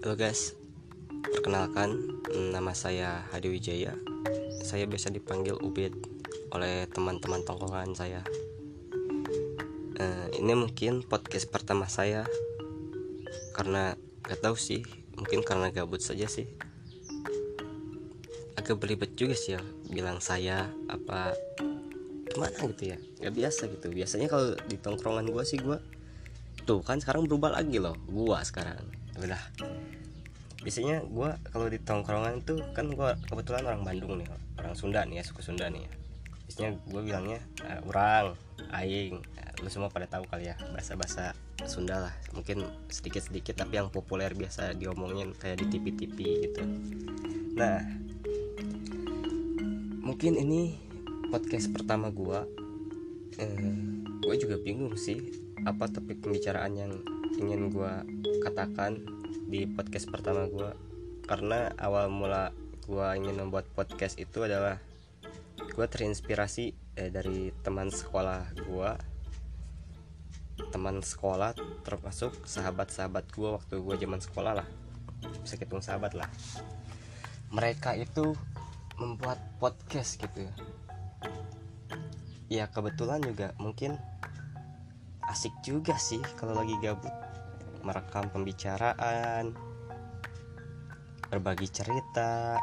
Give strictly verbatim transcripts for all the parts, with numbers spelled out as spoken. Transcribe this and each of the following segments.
Halo guys, perkenalkan nama saya Hadi Wijaya. Saya biasa dipanggil Ubed oleh teman-teman tongkrongan saya. uh, Ini mungkin podcast pertama saya, karena gak tahu sih, mungkin karena gabut saja sih. Agak belibet juga sih ya bilang saya apa gimana gitu ya, gak biasa gitu. Biasanya kalau di tongkrongan gue sih gue tuh kan sekarang berubah lagi loh, gue sekarang udah. Biasanya gue kalau di tongkrongan tuh kan gue kebetulan orang Bandung nih, orang Sunda nih ya, suku Sunda nih ya. Biasanya gue bilangnya uh, urang, aing, uh, lu semua pada tahu kali ya bahasa-bahasa Sunda lah, mungkin sedikit-sedikit tapi yang populer biasa diomongin kayak di T V-T V gitu. Nah, mungkin ini podcast pertama gue. uh, gue juga bingung sih apa topik pembicaraan yang ingin gue katakan di podcast pertama gue, karena awal mula gue ingin membuat podcast itu adalah gue terinspirasi eh, dari teman sekolah gue, teman sekolah termasuk sahabat-sahabat gue waktu gue zaman sekolah lah, bisa hitung sahabat lah. Mereka itu membuat podcast gitu ya. Ya kebetulan juga mungkin asik juga sih kalau lagi gabut merekam pembicaraan, berbagi cerita,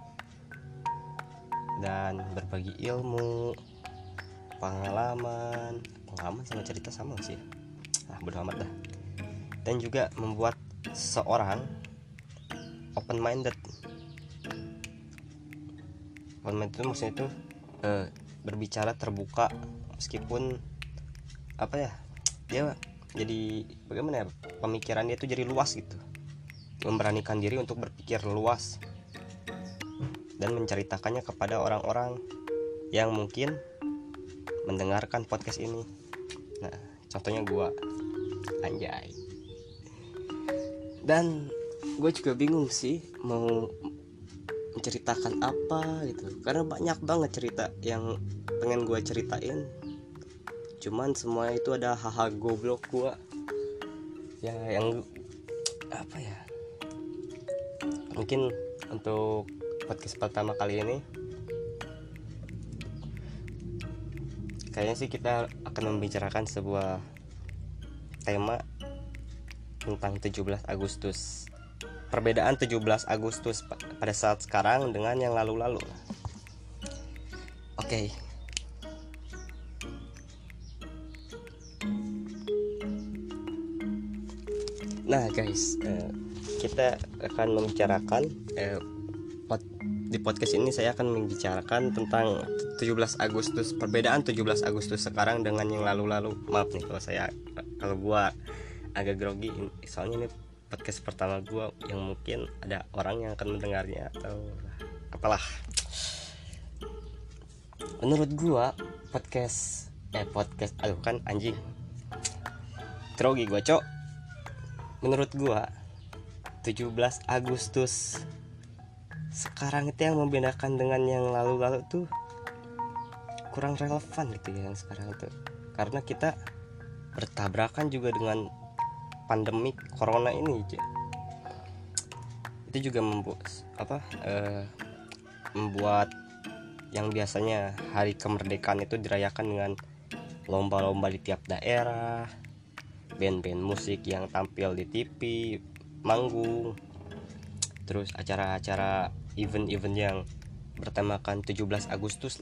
dan berbagi ilmu, pengalaman. Pengalaman sama cerita sama sih, ah bodo amat dah. Dan juga membuat seorang open minded. Open minded itu maksudnya itu eh, berbicara terbuka, meskipun apa ya, dia jadi bagaimana ya, pemikiran dia itu jadi luas gitu, memberanikan diri untuk berpikir luas dan menceritakannya kepada orang-orang yang mungkin mendengarkan podcast ini. Nah, contohnya gue, anjay. Dan gue juga bingung sih mau menceritakan apa gitu, karena banyak banget cerita yang pengen gue ceritain. Cuman semua itu ada hal-hal goblok gue ya, yang apa ya, mungkin untuk podcast pertama kali ini kayaknya sih kita akan membicarakan sebuah tema tentang tujuh belas Agustus, perbedaan tujuh belas Agustus pada saat sekarang dengan yang lalu-lalu. Oke okay. Nah guys, eh, kita akan membicarakan eh, pod, di podcast ini saya akan membicarakan tentang tujuh belas Agustus, perbedaan tujuh belas Agustus sekarang dengan yang lalu-lalu. Maaf nih kalau saya kalau gua agak grogi, soalnya ini podcast pertama gua yang mungkin ada orang yang akan mendengarnya atau apalah. Menurut gua podcast eh podcast aduh kan anjing grogi gua cok. Menurut gua tujuh belas Agustus sekarang itu yang membedakan dengan yang lalu-lalu tuh kurang relevan gitu ya yang sekarang itu, karena kita bertabrakan juga dengan pandemi corona ini aja. Itu juga membuat apa eh, membuat yang biasanya hari kemerdekaan itu dirayakan dengan lomba-lomba di tiap daerah, band-band musik yang tampil di T V, manggung, terus acara-acara event-event yang bertemakan tujuh belas Agustus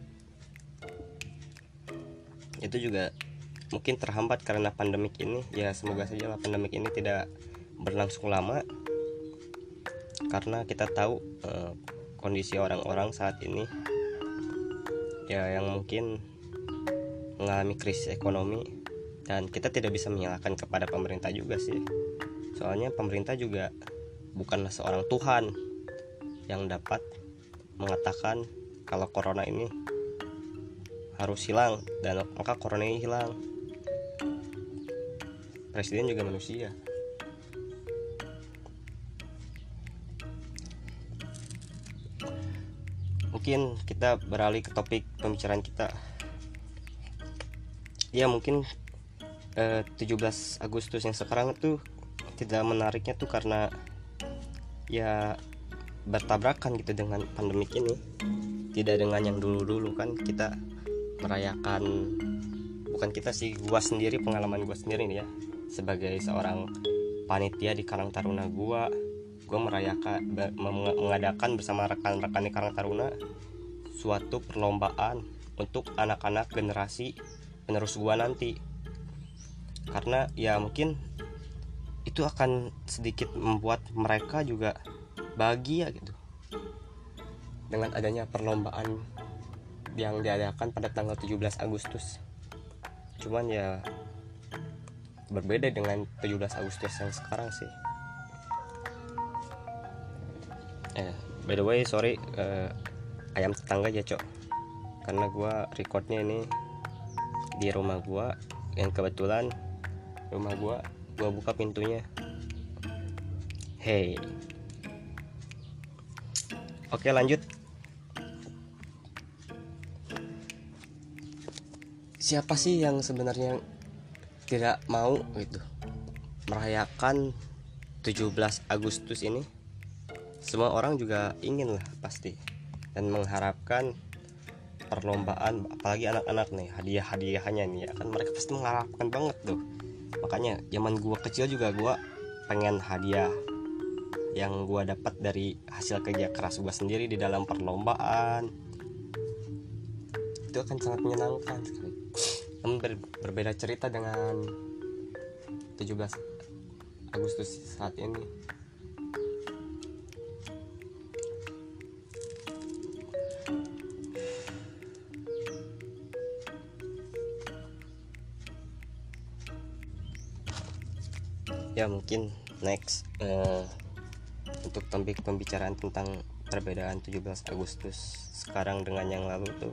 itu juga mungkin terhambat karena pandemik ini. Ya semoga saja lah pandemik ini tidak berlangsung lama, karena kita tahu eh, kondisi orang-orang saat ini ya yang mungkin mengalami krisis ekonomi. Dan kita tidak bisa menyalahkan kepada pemerintah juga sih, soalnya pemerintah juga bukanlah seorang Tuhan yang dapat mengatakan kalau corona ini harus hilang dan maka corona ini hilang. Presiden juga manusia. Mungkin kita beralih ke topik pembicaraan kita. Ya mungkin eh, tujuh belas Agustus yang sekarang itu tidak menariknya tuh karena ya bertabrakan gitu dengan pandemik ini. Tidak dengan yang dulu-dulu kan kita merayakan, bukan kita sih, gua sendiri, pengalaman gua sendiri nih ya, sebagai seorang panitia di Karang Taruna gua, gua merayakan mengadakan bersama rekan-rekan di Karang Taruna suatu perlombaan untuk anak-anak generasi penerus gua nanti. Karena ya mungkin itu akan sedikit membuat mereka juga bahagia gitu dengan adanya perlombaan yang diadakan pada tanggal tujuh belas Agustus. Cuman ya berbeda dengan tujuh belas Agustus yang sekarang sih. Eh, by the way sorry, eh, ayam tetangga aja cok, karena gua recordnya ini di rumah gua, yang kebetulan rumah gua gua buka pintunya. Hey, oke lanjut. Siapa sih yang sebenarnya tidak mau gitu merayakan tujuh belas Agustus ini? Semua orang juga ingin lah pasti, dan mengharapkan perlombaan, apalagi anak-anak nih, hadiah-hadiahnya nih ya kan, mereka pasti mengharapkan banget tuh. Makanya zaman gua kecil juga gua pengen hadiah yang gua dapat dari hasil kerja keras gua sendiri di dalam perlombaan. Itu akan sangat menyenangkan sekali. Namun ber- berbeda cerita dengan tujuh belas Agustus saat ini. Ya mungkin next uh, untuk topik pembicaraan tentang perbedaan tujuh belas Agustus sekarang dengan yang lalu tuh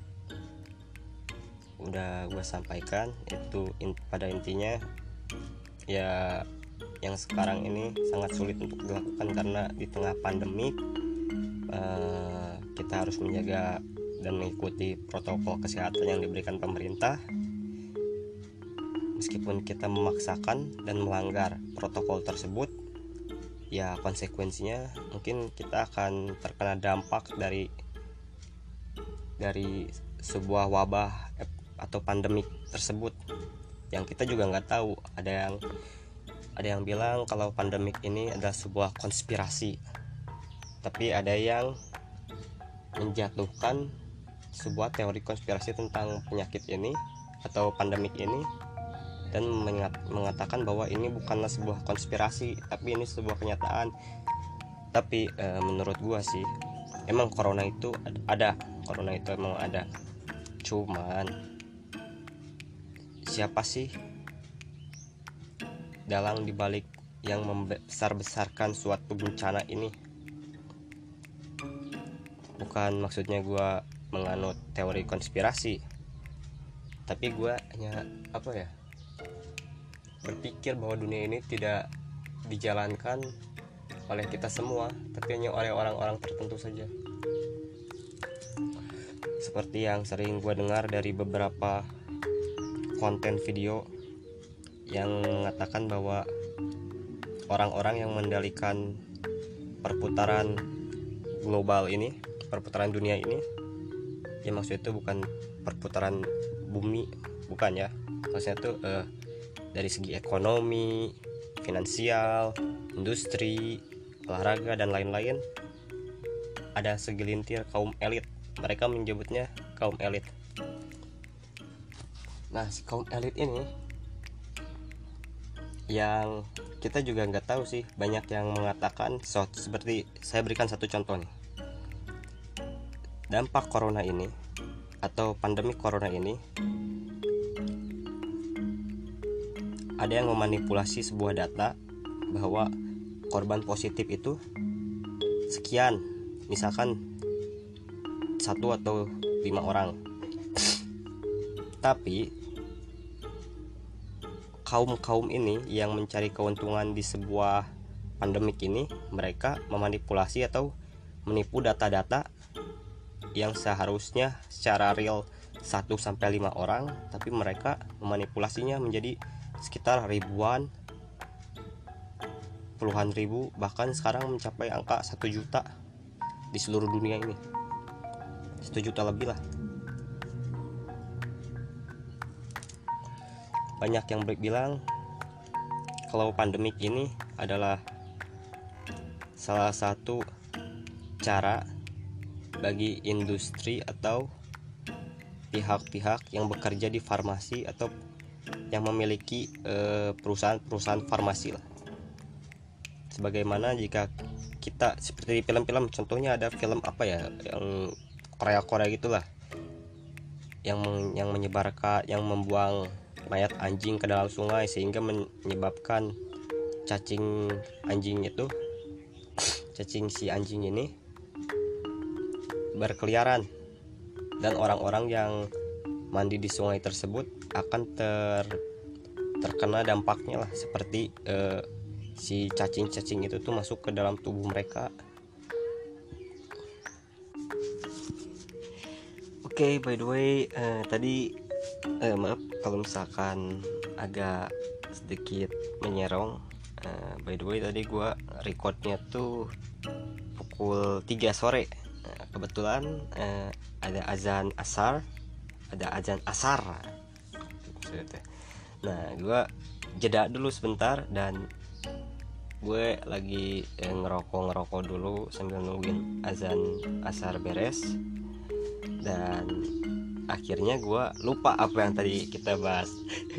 udah gue sampaikan. Itu in, pada intinya ya yang sekarang ini sangat sulit untuk dilakukan karena di tengah pandemik uh, kita harus menjaga dan mengikuti protokol kesehatan yang diberikan pemerintah. Meskipun kita memaksakan dan melanggar protokol tersebut, ya konsekuensinya mungkin kita akan terkena dampak dari dari sebuah wabah atau pandemik tersebut yang kita juga nggak tahu. Ada yang ada yang bilang kalau pandemik ini adalah sebuah konspirasi, tapi ada yang menjatuhkan sebuah teori konspirasi tentang penyakit ini atau pandemik ini dan mengatakan bahwa ini bukanlah sebuah konspirasi, tapi ini sebuah kenyataan. Tapi e, menurut gua sih emang corona itu ada, corona itu emang ada. Cuman siapa sih dalang dibalik yang membesar-besarkan suatu bencana ini? Bukan maksudnya gua menganut teori konspirasi, tapi gua hanya apa ya, berpikir bahwa dunia ini tidak dijalankan oleh kita semua, tapi hanya oleh orang-orang tertentu saja. Seperti yang sering gue dengar dari beberapa konten video yang mengatakan bahwa orang-orang yang mengendalikan perputaran global ini, perputaran dunia ini, ya maksudnya itu bukan perputaran bumi, bukan ya, maksudnya itu eh, dari segi ekonomi, finansial, industri, olahraga dan lain-lain. Ada segelintir kaum elit, mereka menyebutnya kaum elit. Nah, si kaum elit ini yang kita juga nggak tahu sih, banyak yang mengatakan so, seperti saya berikan satu contoh nih. Dampak corona ini atau pandemi corona ini, ada yang memanipulasi sebuah data bahwa korban positif itu sekian, misalkan satu atau lima orang. Tapi kaum-kaum ini yang mencari keuntungan di sebuah pandemik ini, mereka memanipulasi atau menipu data-data yang seharusnya secara real satu sampai lima orang, tapi mereka memanipulasinya menjadi sekitar ribuan puluhan ribu, bahkan sekarang mencapai angka satu juta di seluruh dunia ini, satu juta lebih lah. Banyak yang bilang kalau pandemik ini adalah salah satu cara bagi industri atau pihak-pihak yang bekerja di farmasi atau yang memiliki eh, perusahaan-perusahaan farmasi lah. Sebagaimana jika kita seperti di film-film, contohnya ada film apa ya, yang Korea-Korea gitulah, yang yang menyebarkan, yang membuang mayat anjing ke dalam sungai sehingga menyebabkan cacing anjing itu, cacing si anjing ini berkeliaran, dan orang-orang yang mandi di sungai tersebut akan ter terkena dampaknya lah, seperti eh, si cacing-cacing itu tuh masuk ke dalam tubuh mereka. Oke, okay, by the way, eh, tadi eh, maaf kalau misalkan agak sedikit menyerong. Eh, by the way, tadi gua recordnya tuh pukul tiga sore. Eh, kebetulan eh, ada azan asar, ada azan asar. Nah, gua jeda dulu sebentar dan gue lagi eh, ngerokok-ngerokok dulu sambil nungguin azan asar beres. Dan akhirnya gue lupa apa yang tadi kita bahas.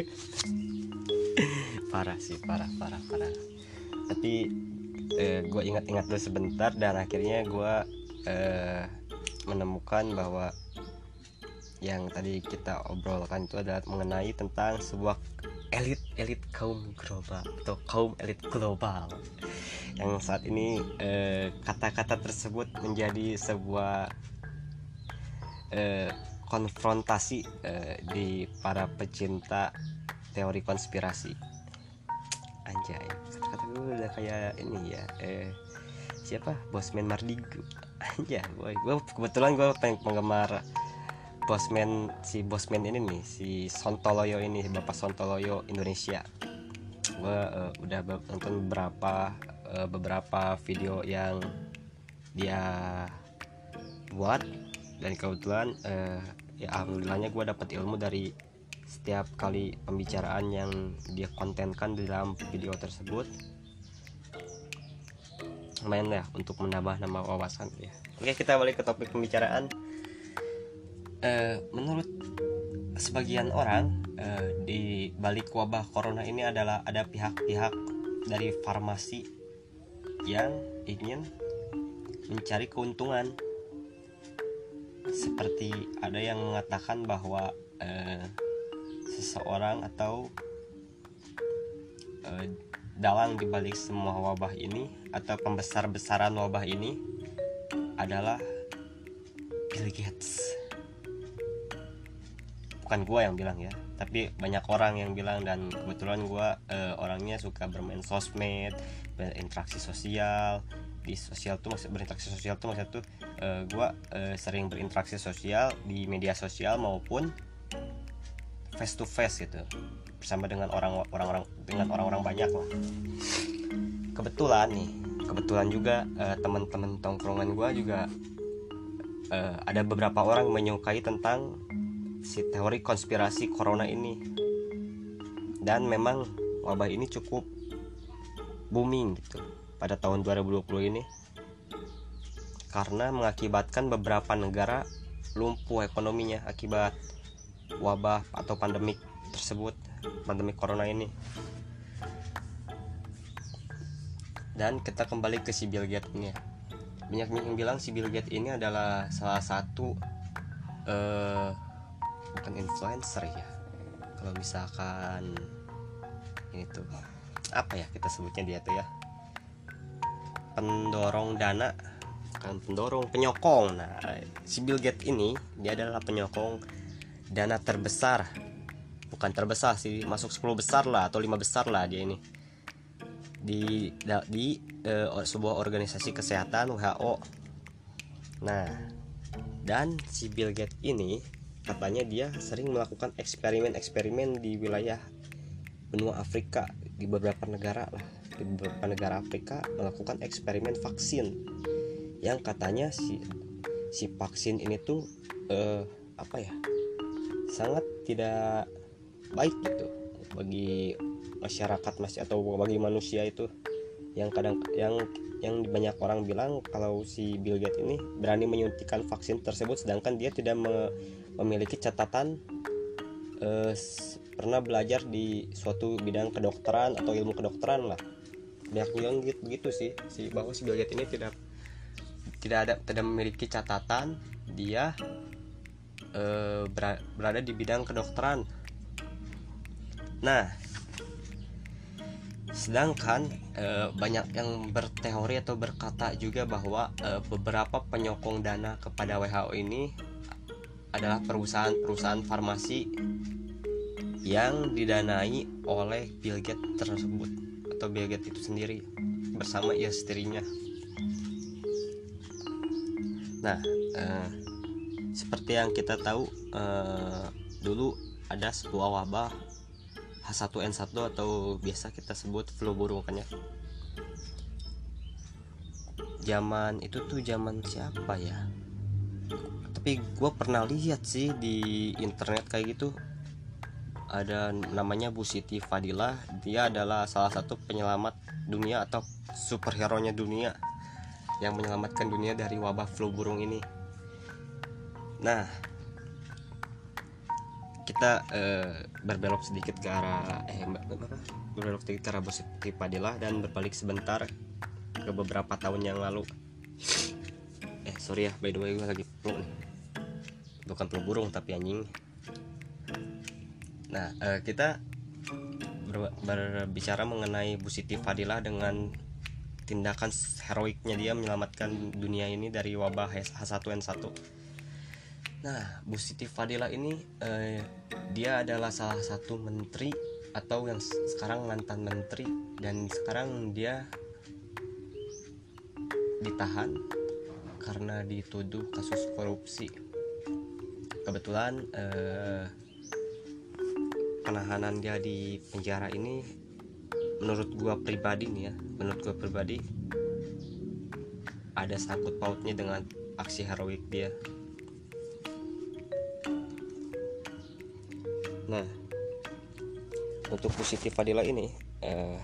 Parah sih, parah, parah, parah. Tapi eh, gue ingat-ingat dulu sebentar dan akhirnya gue eh, menemukan bahwa yang tadi kita obrolkan itu adalah mengenai tentang sebuah elit-elit kaum global atau kaum elit global yang saat ini eh, kata-kata tersebut menjadi sebuah eh, konfrontasi eh, di para pecinta teori konspirasi. Anjay, kata-kata gue udah kayak ini ya, eh, siapa, Bosman Mardigu. Anjay, gue, gue kebetulan gue penggemar Bosman, si Bosman ini nih, si Sontoloyo ini, Bapak Sontoloyo Indonesia. Gue uh, udah nonton beberapa uh, beberapa video yang dia buat, dan kebetulan uh, ya alhamdulillahnya gue dapat ilmu dari setiap kali pembicaraan yang dia kontenkan di dalam video tersebut. Lumayan ya untuk menambah nama wawasan ya. Oke, kita balik ke topik pembicaraan. Uh, menurut sebagian orang, uh, di balik wabah corona ini adalah ada pihak-pihak dari farmasi yang ingin mencari keuntungan. Seperti ada yang mengatakan bahwa uh, seseorang atau uh, dalang di balik semua wabah ini atau pembesar-besaran wabah ini adalah Bill Gates. Bukan gue yang bilang ya, tapi banyak orang yang bilang, dan kebetulan gue uh, orangnya suka bermain sosmed, berinteraksi sosial. Di sosial tuh maksud berinteraksi sosial tuh maksud tuh uh, gue uh, sering berinteraksi sosial di media sosial maupun face to face gitu, bersama dengan orang-orang dengan orang-orang banyak lah. Kebetulan nih, kebetulan juga uh, teman-teman tongkrongan gue juga uh, ada beberapa orang yang menyukai tentang si teori konspirasi corona ini, dan memang wabah ini cukup booming gitu pada tahun dua ribu dua puluh ini, karena mengakibatkan beberapa negara lumpuh ekonominya akibat wabah atau pandemik tersebut, pandemik corona ini. Dan kita kembali ke si Bill Gates ini ya. Banyak yang bilang si Bill Gates ini adalah salah satu eh, bukan influencer ya, kalau misalkan ini tuh apa ya kita sebutnya, dia tuh ya pendorong dana, kan pendorong, penyokong. Nah, si Bill Gates ini dia adalah penyokong dana terbesar, bukan terbesar sih, masuk sepuluh besar lah atau lima besar lah dia ini di di uh, sebuah organisasi kesehatan W H O. Nah, dan si Bill Gates ini katanya dia sering melakukan eksperimen-eksperimen di wilayah benua Afrika, di beberapa negara lah. di beberapa negara Afrika melakukan eksperimen vaksin yang katanya si si vaksin ini tuh eh, apa ya sangat tidak baik gitu bagi masyarakat masih atau bagi manusia itu, yang kadang yang yang banyak orang bilang kalau si Bill Gates ini berani menyuntikkan vaksin tersebut sedangkan dia tidak me, memiliki catatan eh, pernah belajar di suatu bidang kedokteran atau ilmu kedokteran lah. Banyak yang gitu, gitu sih si bahwa si Bill Gates ini tidak tidak ada tidak memiliki catatan dia eh, berada di bidang kedokteran. Nah, sedangkan e, banyak yang berteori atau berkata juga bahwa e, beberapa penyokong dana kepada W H O ini adalah perusahaan-perusahaan farmasi yang didanai oleh Bill Gates tersebut atau Bill Gates itu sendiri bersama istrinya. Nah, e, seperti yang kita tahu e, dulu ada sebuah wabah H satu N satu atau biasa kita sebut flu burung kan ya. Zaman itu tuh zaman siapa ya? Tapi gue pernah lihat sih di internet kayak gitu. Ada namanya Bu Siti Fadilah. Dia adalah salah satu penyelamat dunia atau superhero nya dunia yang menyelamatkan dunia dari wabah flu burung ini. Nah, kita eh, berbelok sedikit ke arah eh berbelok sedikit ke arah Bu Siti Fadilah dan berbalik sebentar ke beberapa tahun yang lalu. Eh sorry ya, by the way gue lagi flu nih. Bukan flu burung tapi anjing. Nah, eh, kita ber- berbicara mengenai Bu Siti Fadilah dengan tindakan heroiknya dia menyelamatkan dunia ini dari wabah H satu N satu. Nah, Bu Siti Fadilah ini eh, dia adalah salah satu menteri atau yang sekarang mantan menteri, dan sekarang dia ditahan karena dituduh kasus korupsi. Kebetulan eh, penahanan dia di penjara ini menurut gua pribadi nih ya, menurut gua pribadi ada sangkut pautnya dengan aksi heroik dia. Nah, untuk Bu Siti Fadilah ini eh,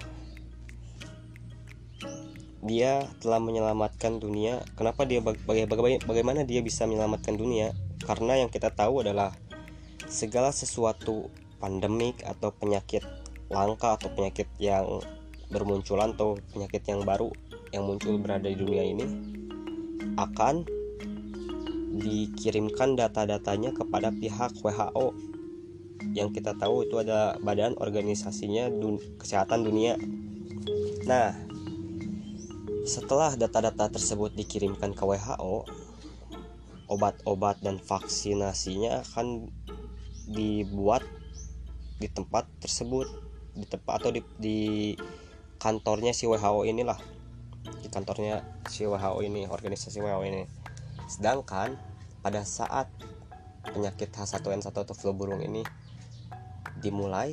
dia telah menyelamatkan dunia. Kenapa dia baga- baga- bagaimana dia bisa menyelamatkan dunia? Karena yang kita tahu adalah segala sesuatu pandemik atau penyakit langka atau penyakit yang bermunculan atau penyakit yang baru yang muncul berada di dunia ini akan dikirimkan data-datanya kepada pihak W H O. Yang kita tahu itu ada badan organisasinya dun- kesehatan dunia. Nah, setelah data-data tersebut dikirimkan ke W H O, obat-obat dan vaksinasinya akan dibuat di tempat tersebut, di tempat atau di, di kantornya si W H O inilah, di kantornya si W H O ini, organisasi W H O ini. Sedangkan pada saat penyakit H satu N satu atau flu burung ini dimulai,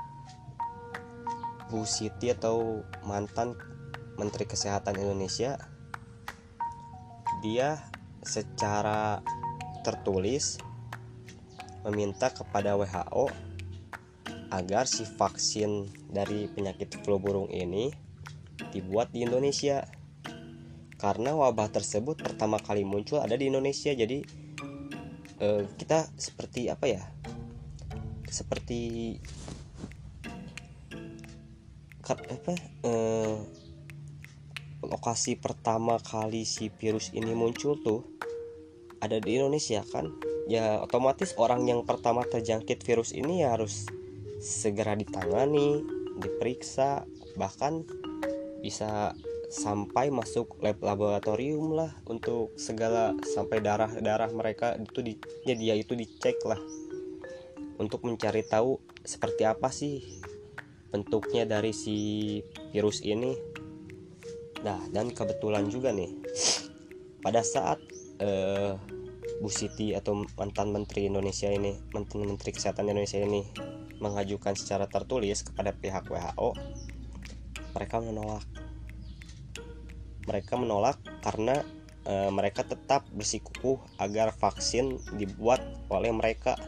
Bu Siti atau mantan Menteri Kesehatan Indonesia, dia secara tertulis meminta kepada W H O agar si vaksin dari penyakit flu burung ini dibuat di Indonesia, karena wabah tersebut pertama kali muncul ada di Indonesia. Jadi eh, kita seperti apa ya, seperti apa eh, lokasi pertama kali si virus ini muncul tuh ada di Indonesia kan. Ya otomatis orang yang pertama terjangkit virus ini ya harus segera ditangani, diperiksa, bahkan bisa sampai masuk lab laboratorium lah untuk segala, sampai darah-darah mereka itu di, ya dia itu dicek lah untuk mencari tahu seperti apa sih bentuknya dari si virus ini. Nah, dan kebetulan juga nih pada saat eh, Bu Siti atau mantan Menteri Indonesia ini, mantan Menteri Kesehatan Indonesia ini mengajukan secara tertulis kepada pihak W H O mereka menolak. Mereka menolak karena e, mereka tetap bersikukuh agar vaksin dibuat oleh mereka.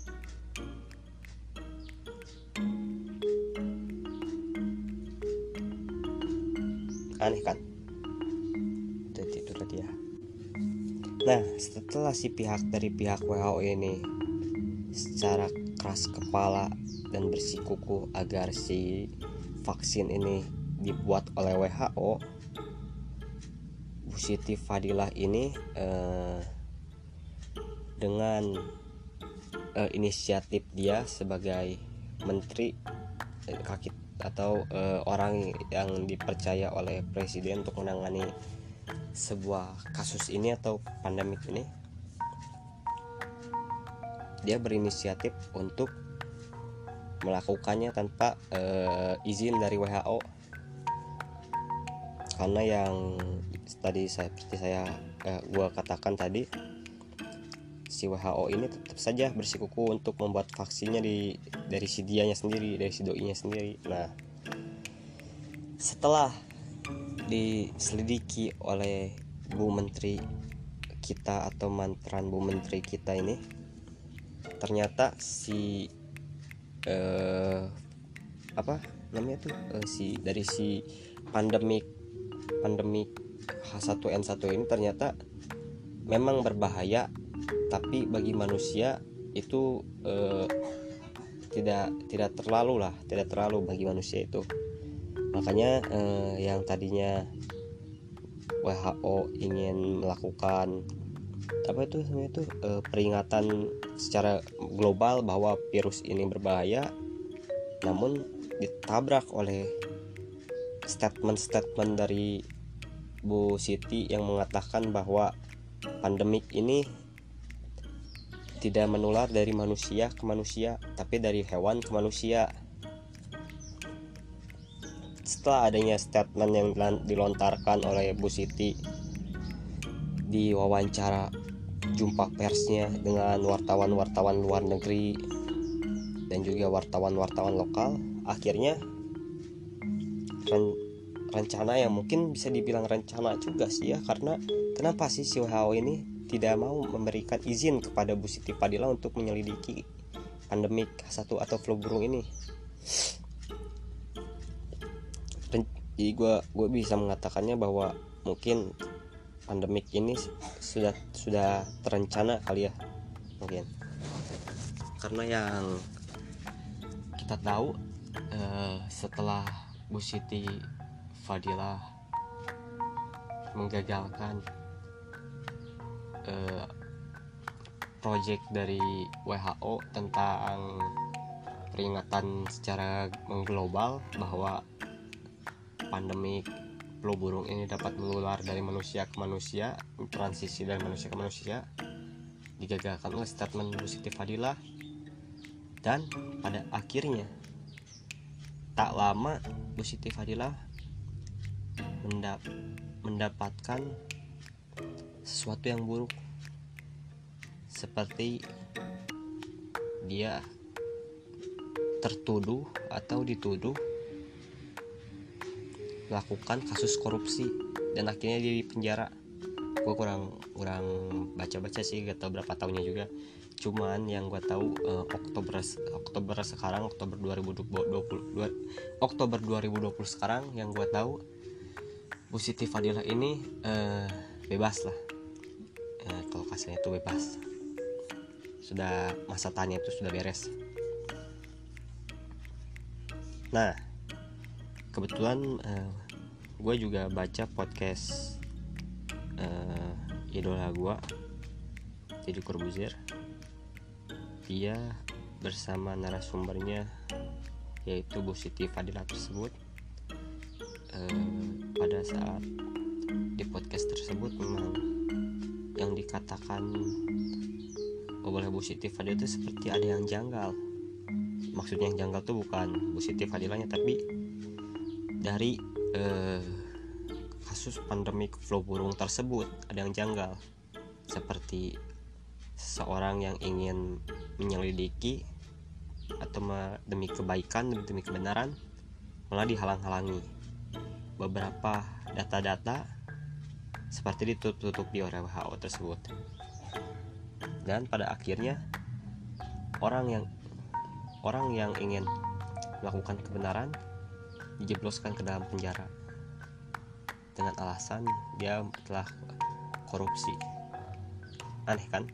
Aneh kan? Itu itu tadi ya. Nah, setelah si pihak dari pihak W H O ini secara keras kepala dan bersikukuh agar si vaksin ini dibuat oleh W H O, Bu Siti Fadilah ini eh, dengan eh, inisiatif dia sebagai menteri eh, kaki atau eh, orang yang dipercaya oleh presiden untuk menangani sebuah kasus ini atau pandemik ini, dia berinisiatif untuk melakukannya tanpa uh, izin dari W H O. Karena yang tadi saya seperti saya uh, gua katakan tadi, si W H O ini tetap saja bersikukuh untuk membuat vaksinnya di dari si dianya sendiri, dari si doinya sendiri. Nah, setelah diselidiki oleh Bu Menteri kita atau mantan Bu Menteri kita ini, ternyata si eh, apa namanya tuh eh, si dari si pandemik pandemik H satu N satu ini ternyata memang berbahaya, tapi bagi manusia itu eh, tidak tidak terlalu lah tidak terlalu bagi manusia itu. Makanya eh, yang tadinya W H O ingin melakukan apa itu namanya itu eh, peringatan secara global bahwa virus ini berbahaya, namun ditabrak oleh statement-statement dari Bu Siti yang mengatakan bahwa pandemik ini tidak menular dari manusia ke manusia, tapi dari hewan ke manusia. Setelah adanya statement yang dilontarkan oleh Bu Siti di wawancara jumpa persnya dengan wartawan-wartawan luar negeri dan juga wartawan-wartawan lokal, akhirnya ren- rencana yang mungkin bisa dibilang rencana juga sih ya, karena kenapa sih si W H O ini tidak mau memberikan izin kepada Bu Siti Fadilah untuk menyelidiki pandemik H satu atau flu burung ini. Jadi gue gue bisa mengatakannya bahwa mungkin pandemik ini sudah sudah terencana kali ya, mungkin karena yang kita tahu eh, setelah Bu Siti Fadilah menggagalkan eh, proyek dari W H O tentang peringatan secara mengglobal bahwa pandemik flu burung ini dapat menular dari manusia ke manusia, transisi dari manusia ke manusia, digagalkan oleh statement Bu Siti Fadilah. Dan pada akhirnya tak lama Bu Siti Fadilah mendap- mendapatkan sesuatu yang buruk, seperti dia tertuduh atau dituduh melakukan kasus korupsi dan akhirnya dia dipenjara. Gue kurang kurang baca-baca sih, gak tau berapa tahunnya juga. Cuman yang gue tahu uh, Oktober Oktober sekarang Oktober dua ribu dua puluh Oktober dua ribu dua puluh sekarang yang gue tahu Bu Siti Fadilah ini uh, bebas lah. Uh, kalau kasarnya itu bebas. Sudah masa tanya itu sudah beres. Nah, kebetulan uh, gue juga baca podcast uh, idola gue, Deddy Corbuzier. Dia bersama narasumbernya yaitu Bu Siti Fadilah tersebut. uh, pada saat di podcast tersebut memang yang dikatakan oleh Bu Siti Fadilah itu seperti ada yang janggal. Maksudnya yang janggal tuh bukan Bu Siti Fadilahnya, tapi dari eh, kasus pandemik flu burung tersebut ada yang janggal, seperti seseorang yang ingin menyelidiki atau demi kebaikan, demi kebenaran, malah dihalang-halangi. beberapa data-data seperti ditutup-tutupi oleh W H O tersebut. Dan pada akhirnya orang yang orang yang ingin melakukan kebenaran dijebloskan ke dalam penjara dengan alasan dia telah korupsi. Aneh kan?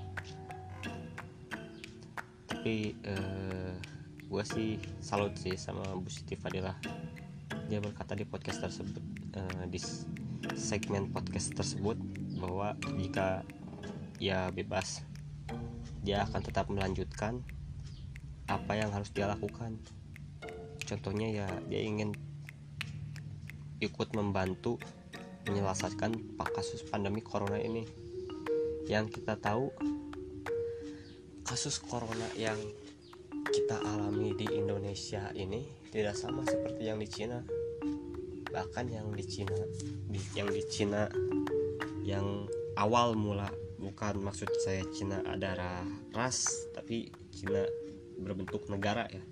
Tapi eh, gue sih salut sih sama Bu Siti Fadilah. Dia berkata di podcast tersebut, eh, di segmen podcast tersebut, bahwa jika ia bebas, dia akan tetap melanjutkan apa yang harus dia lakukan. Contohnya ya dia ingin ikut membantu menyelesaikan kasus pandemi corona ini. Yang kita tahu, kasus corona yang kita alami di Indonesia ini tidak sama seperti yang di Cina. Bahkan yang di Cina di, yang di Cina yang awal mula, bukan maksud saya Cina ada ras, tapi Cina berbentuk negara ya,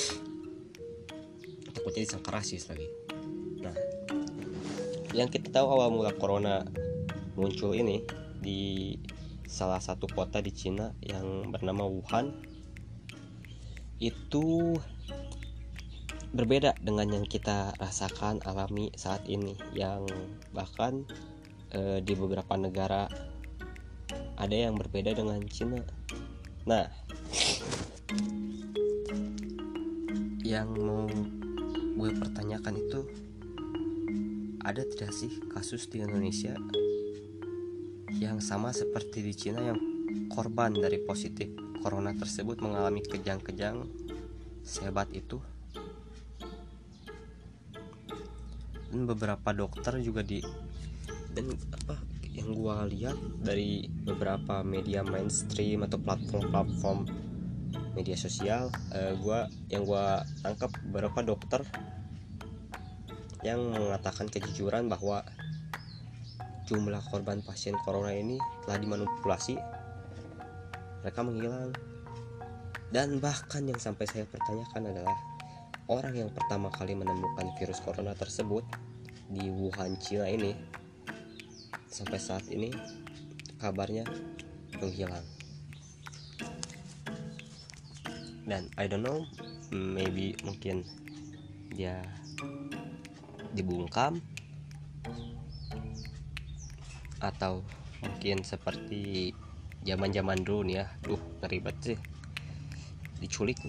takutnya disangka rasis lagi. Nah, yang kita tahu awal mula corona muncul ini di salah satu kota di Cina yang bernama Wuhan, itu berbeda dengan yang kita rasakan alami saat ini, yang bahkan e, di beberapa negara ada yang berbeda dengan Cina. Nah, yang mau gue pertanyakan itu, ada tidak sih kasus di Indonesia yang sama seperti di Cina, yang korban dari positif corona tersebut mengalami kejang-kejang sehebat itu? Dan beberapa dokter juga di dan apa yang gue lihat dari beberapa media mainstream atau platform-platform media sosial, uh, gua yang gua tangkap beberapa dokter yang mengatakan kejujuran bahwa jumlah korban pasien corona ini telah dimanipulasi, mereka menghilang. Dan bahkan yang sampai saya pertanyakan adalah orang yang pertama kali menemukan virus corona tersebut di Wuhan, Cina ini, sampai saat ini kabarnya menghilang. Dan I don't know, maybe mungkin dia dibungkam, atau mungkin seperti zaman-zaman dulu nih ya, duh ngeri banget sih, diculik.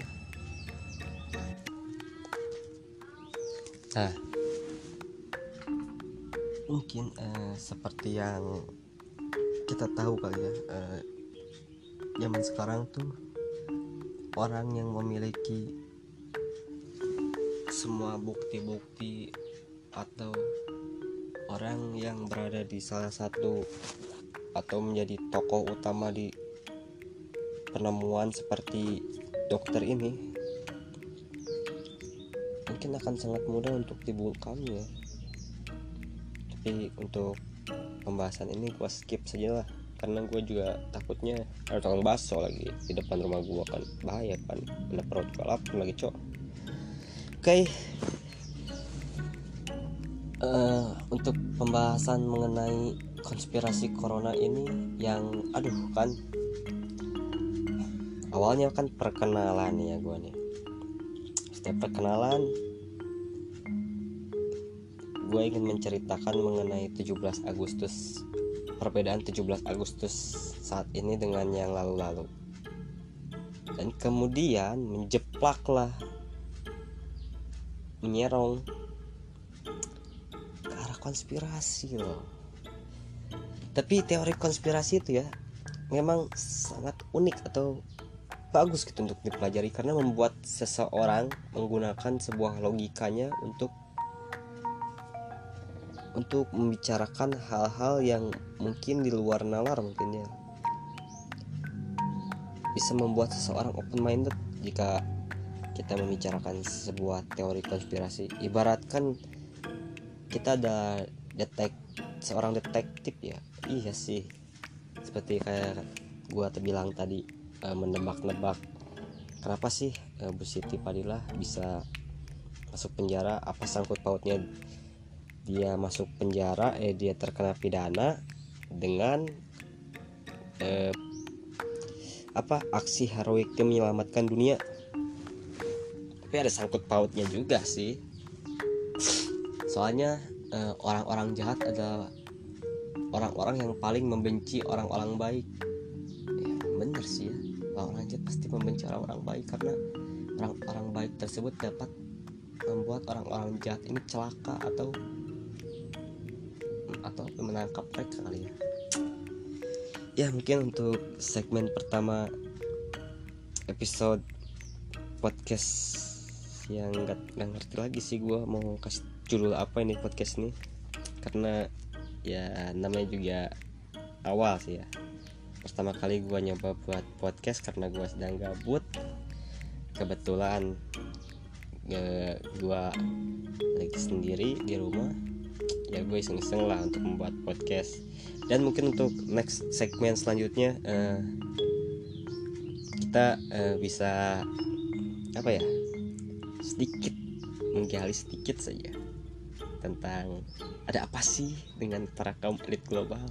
Nah, mungkin eh, seperti yang kita tahu kali ya, eh, zaman sekarang tuh orang yang memiliki semua bukti-bukti atau orang yang berada di salah satu atau menjadi tokoh utama di penemuan seperti dokter ini mungkin akan sangat mudah untuk dibungkam ya. Tapi untuk pembahasan ini gue skip saja lah, karena gue juga takutnya ada tukang bakso lagi di depan rumah gue, kan bahaya kan, mana perut gue lapar lagi cok. Oke, okay. uh, untuk pembahasan mengenai konspirasi corona ini yang aduh kan, awalnya kan perkenalan ya gue nih. Setiap perkenalan gue ingin menceritakan mengenai tujuh belas Agustus, perbedaan tujuh belas Agustus saat ini dengan yang lalu-lalu. Dan kemudian menjeplaklah, menyerong ke arah konspirasi loh. Tapi teori konspirasi itu ya memang sangat unik atau bagus gitu untuk dipelajari, karena membuat seseorang menggunakan sebuah logikanya untuk untuk membicarakan hal-hal yang mungkin di luar nalar, mungkin ya bisa membuat seseorang open minded jika kita membicarakan sebuah teori konspirasi. Ibaratkan kita ada detek seorang detektif ya. Iya sih, seperti kayak gua terbilang tadi, eh, menebak-nebak kenapa sih eh, Bu Siti Fadilah bisa masuk penjara, apa sangkut pautnya dia masuk penjara, eh dia terkena pidana dengan eh, apa aksi heroiknya menyelamatkan dunia. Tapi ada sangkut pautnya juga sih, soalnya eh, orang-orang jahat adalah orang-orang yang paling membenci orang-orang baik. Ya, bener sih ya, orang-orang jahat pasti membenci orang-orang baik karena orang-orang baik tersebut dapat membuat orang-orang jahat ini celaka atau atau menangkap mereka kali ya. Ya mungkin untuk segmen pertama episode podcast yang nggak nggak ngerti lagi sih gue mau kasih judul apa ini podcast ini, karena ya namanya juga awal sih ya, pertama kali gue nyoba buat podcast karena gue sedang gabut. Kebetulan ya, gue lagi sendiri di rumah, ya gue iseng-iseng lah untuk membuat podcast. Dan mungkin untuk next segmen selanjutnya uh, kita uh, bisa apa ya, sedikit menggali sedikit saja tentang ada apa sih dengan para kaum elit global.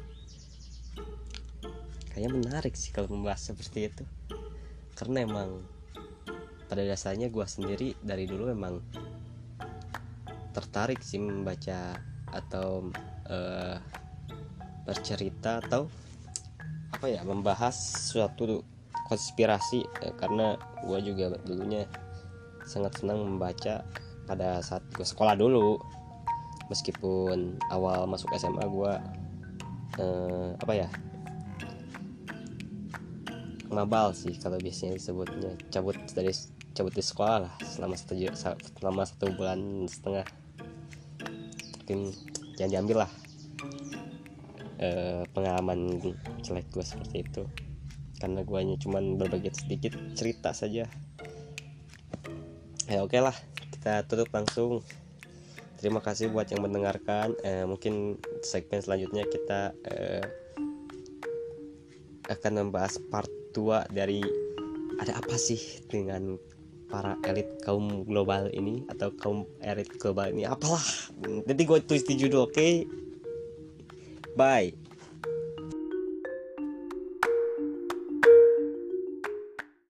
Kayaknya menarik sih kalau membahas seperti itu, karena emang pada dasarnya gue sendiri dari dulu emang tertarik sih membaca atau uh, bercerita atau apa ya, membahas suatu konspirasi, uh, karena gue juga dulunya sangat senang membaca pada saat gue sekolah dulu. Meskipun awal masuk S M A gue uh, apa ya, ngabal sih kalau biasanya disebutnya, cabut dari cabut di sekolah lah selama satu selama satu bulan setengah. Mungkin jangan diambil lah e, pengalaman jelek gue seperti itu, karena gue hanya cuman berbagi sedikit cerita saja. Ya oke okay lah, kita tutup langsung. Terima kasih buat yang mendengarkan. E, mungkin segmen selanjutnya kita e, akan membahas part dua dari ada apa sih dengan para elit kaum global ini atau kaum elit global ini, apalah nanti gue tulis di judul. Oke okay? Bye.